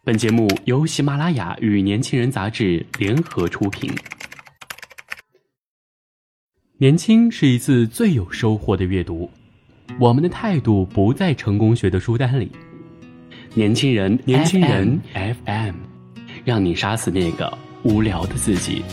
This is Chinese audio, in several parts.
本节目由喜马拉雅与年轻人杂志联合出品。年轻是一次最有收获的阅读，我们的态度不在成功学的书单里。年轻人 FM， 让你杀死那个无聊的自己。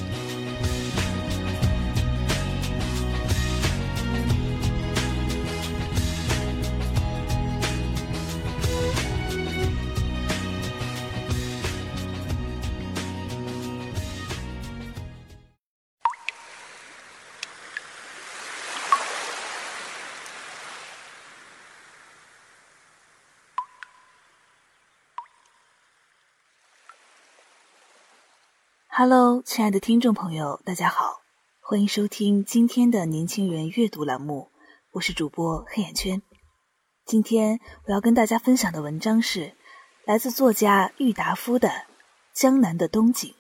Hello， 亲爱的听众朋友，大家好，欢迎收听今天的年轻人阅读栏目，我是主播黑眼圈。今天我要跟大家分享的文章是来自作家郁达夫的《江南的冬景》。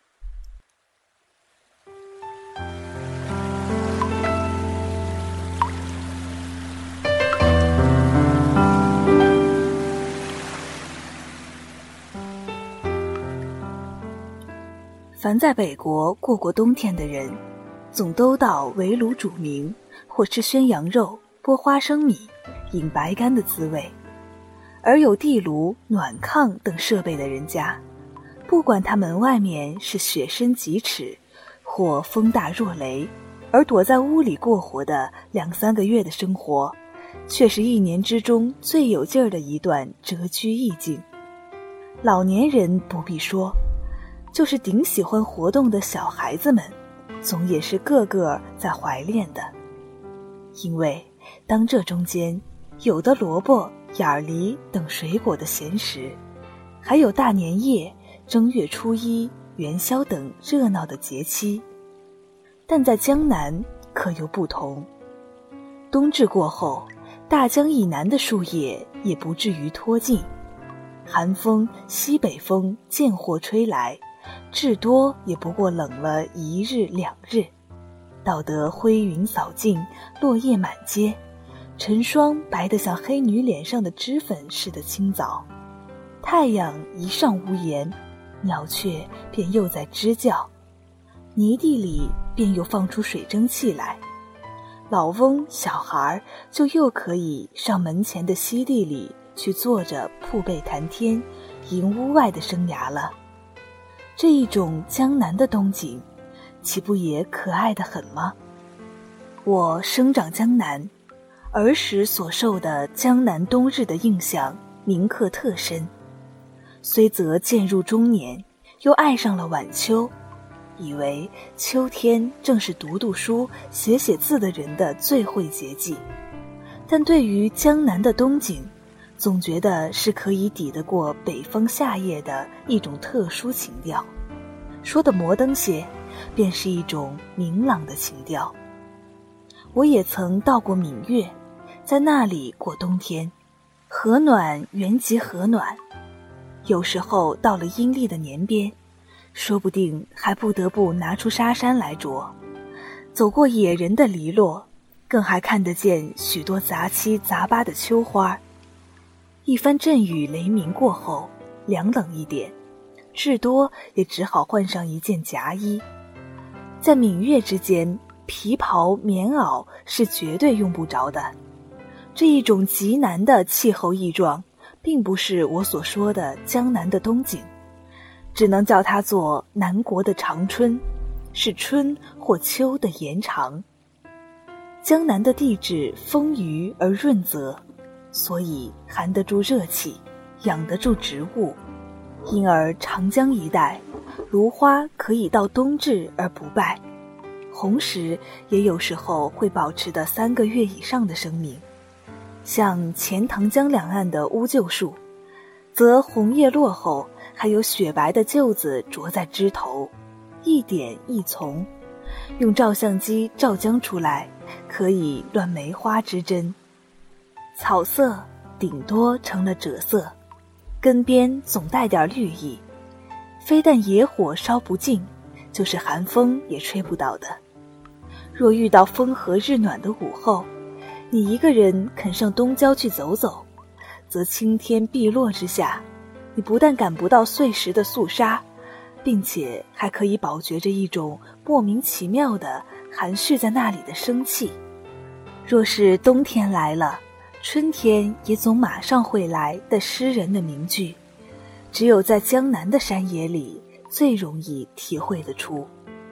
凡在北国过过冬天的人，总都到围炉煮茗，或吃宣羊肉、剥花生米、饮白干的滋味。而有地炉、暖炕等设备的人家，不管他门外面是雪深几尺，或风大若雷，而躲在屋里过活的2-3个月的生活，却是一年之中最有劲儿的一段谪居意境。老年人不必说，就是顶喜欢活动的小孩子们，总也是个个在怀恋的。因为当这中间有的萝卜、眼梨等水果的闲时，还有大年夜、正月初一、元宵等热闹的节期。但在江南可又不同，冬至过后，大江以南的树叶也不至于脱尽，寒风、西北风渐或吹来，至多也不过冷了1日2日，到得灰云扫尽，落叶满街，晨霜白得像黑女脸上的脂粉似的清早。太阳一上屋檐，鸟雀便又在吱叫，泥地里便又放出水蒸气来，老翁小孩就又可以上门前的溪地里去坐着铺被谈天，迎屋外的生涯了。这一种江南的冬景，岂不也可爱得很吗？我生长江南，儿时所受的江南冬日的印象铭刻特深，虽则渐入中年，又爱上了晚秋，以为秋天正是读书、写字的人的最惠节气。但对于江南的冬景，总觉得是可以抵得过北风夏夜的一种特殊情调，说的摩登些，便是一种明朗的情调。我也曾到过闽粤，在那里过冬天，和暖原即和暖，有时候到了阴历的年边，说不定还不得不拿出纱衫来着。走过野人的篱落，更还看得见许多杂七杂八的秋花。一番阵雨雷鸣过后，凉冷一点，至多也只好换上一件夹衣。在闽粤之间，皮袍、棉袄是绝对用不着的。这一种极南的气候异状，并不是我所说的江南的冬景，只能叫它做南国的长春，是春或秋的延长。江南的地质丰腴而润泽，所以含得住热气，养得住植物，因而长江一带芦花可以到冬至而不败，红石也有时候会保持的3个月以上的生命。像钱塘江两岸的乌桕树，则红叶落后，还有雪白的柩子着在枝头，一点一丛，用照相机照将出来，可以乱梅花之真。草色顶多成了赭色，根边总带点绿意，非但野火烧不尽，就是寒风也吹不倒的。若遇到风和日暖的午后，你一个人肯上东郊去走走，则青天碧落之下， 你不但感不到碎石的肃杀，并且还可以饱觉着一种莫名其妙的含蓄在那里的生气。若是冬天来了，春天也总马上会来的诗人的名句，只有在江南的山野里最容易体会得出。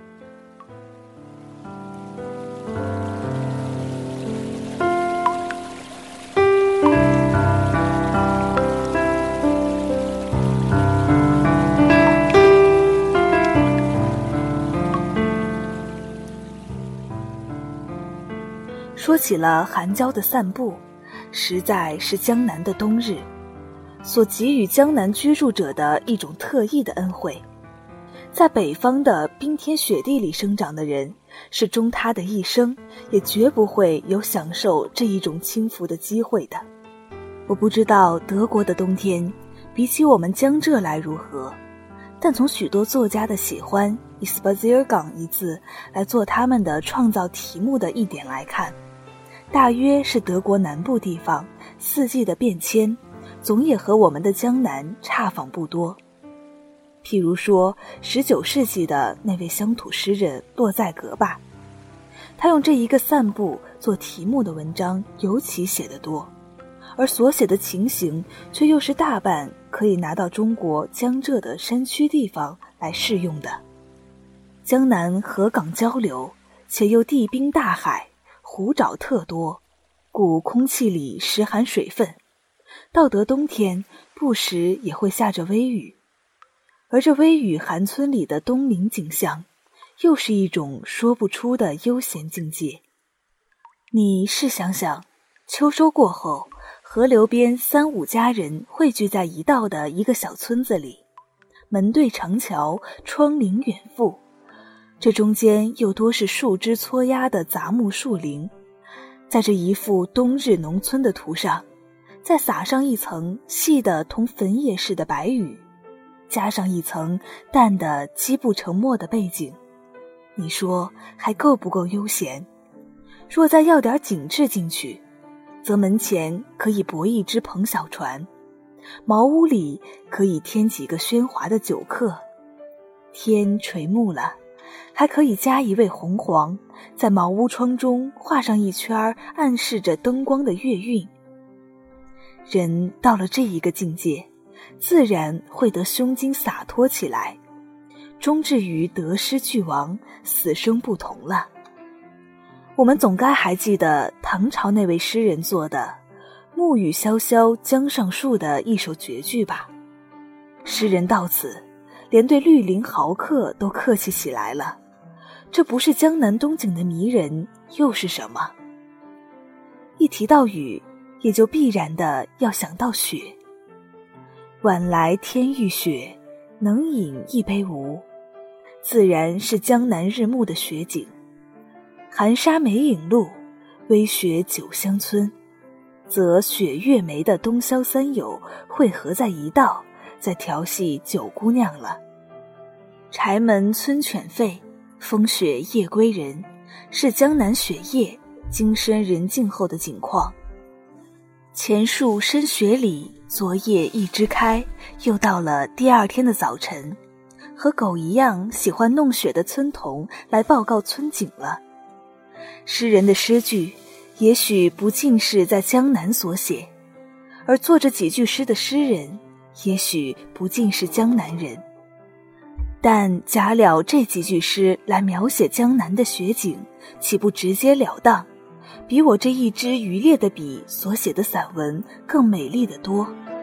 说起了寒郊的散步，实在是江南的冬日所给予江南居住者的一种特异的恩惠。在北方的冰天雪地里生长的人，是终他的一生也绝不会有享受这一种轻浮的机会的。我不知道德国的冬天比起我们江浙来如何，但从许多作家的喜欢以 Spaziergang 一字来做他们的创造题目的一点来看，大约是德国南部地方四季的变迁总也和我们的江南差仿不多。譬如说19世纪的那位乡土诗人洛在格吧，他用这一个散步做题目的文章尤其写得多，而所写的情形却又是大半可以拿到中国江浙的山区地方来适用的。江南河港交流，且又地滨大海，湖沼特多，故空气里时含水分，到得冬天不时也会下着微雨。而这微雨寒村里的冬临景象，又是一种说不出的悠闲境界。你试想想，秋收过后，河流边3-5家人汇聚在一道的一个小村子里，门对长桥，窗棂远阜，这中间又多是树枝撮压的杂木树林，在这一幅冬日农村的图上，再撒上一层细的同粉叶似的白雨，加上一层淡的积不成墨的背景，你说还够不够悠闲？若再要点景致进去，则门前可以泊一只篷小船，茅屋里可以添几个喧哗的酒客，天垂暮了，还可以加一位红黄，在茅屋窗中画上一圈暗示着灯光的月晕。人到了这一个境界，自然会得胸襟洒脱起来，终至于得失俱亡，死生不同了。我们总该还记得唐朝那位诗人做的暮雨潇潇江上树的一首绝句吧。诗人到此连对绿林豪客都客气起来了，这不是江南冬景的迷人又是什么？一提到雨，也就必然的要想到雪。晚来天欲雪，能饮一杯无？自然是江南日暮的雪景。寒沙梅影路，微雪酒香村，则雪月梅的冬宵三友汇合在一道，在调戏九姑娘了。柴门村犬吠，风雪夜归人，是江南雪夜精深人静后的景况。前树深雪里，昨夜一枝开，又到了第二天的早晨，和狗一样喜欢弄雪的村童来报告村景了。诗人的诗句也许不尽是在江南所写，而作这几句诗的诗人也许不尽是江南人，但假了这几句诗来描写江南的雪景，岂不直截了当，比我这一支渔猎的笔所写的散文更美丽得多。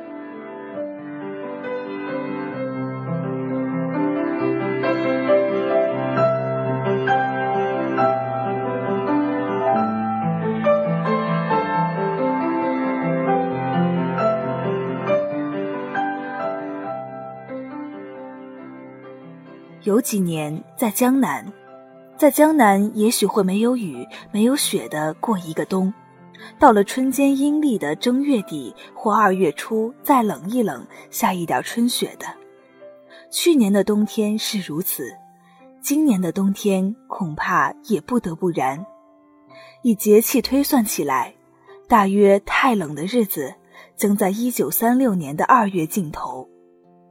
有几年在江南也许会没有雨没有雪的过一个冬，到了春间阴历的正月底或2月初再冷一冷，下一点春雪的。去年的冬天是如此，今年的冬天恐怕也不得不然。以节气推算起来，大约太冷的日子将在1936年的2月尽头，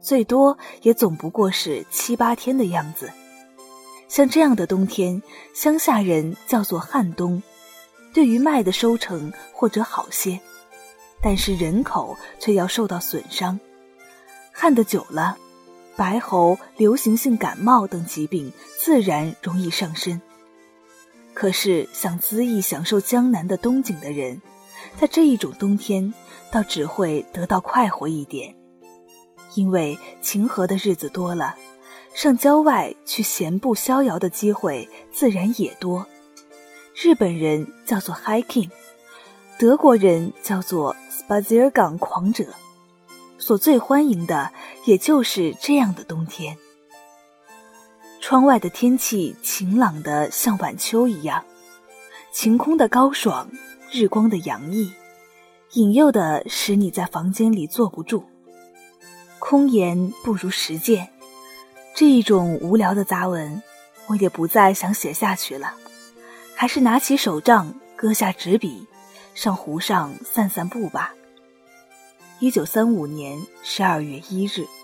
最多也总不过是7、8天的样子。像这样的冬天，乡下人叫做旱冬，对于麦的收成或者好些，但是人口却要受到损伤。旱得久了，白喉、流行性感冒等疾病自然容易上身。可是想恣意享受江南的冬景的人，在这一种冬天倒只会得到快活一点，因为晴和的日子多了，上郊外去闲步逍遥的机会自然也多。日本人叫做 hiking， 德国人叫做 Spaziergang 狂者，所最欢迎的也就是这样的冬天。窗外的天气晴朗的像晚秋一样，晴空的高爽，日光的洋溢，引诱的使你在房间里坐不住。空言不如实践，这一种无聊的杂文我也不再想写下去了，还是拿起手杖，搁下纸笔，上湖上散散步吧。1935年12月1日。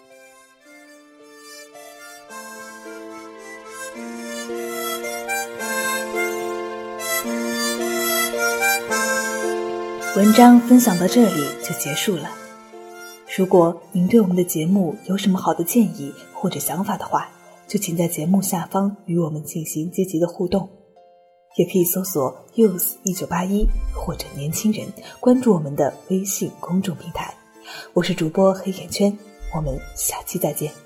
文章分享到这里就结束了。如果您对我们的节目有什么好的建议或者想法的话，就请在节目下方与我们进行积极的互动，也可以搜索 youth1981 或者年轻人，关注我们的微信公众平台。我是主播黑眼圈，我们下期再见。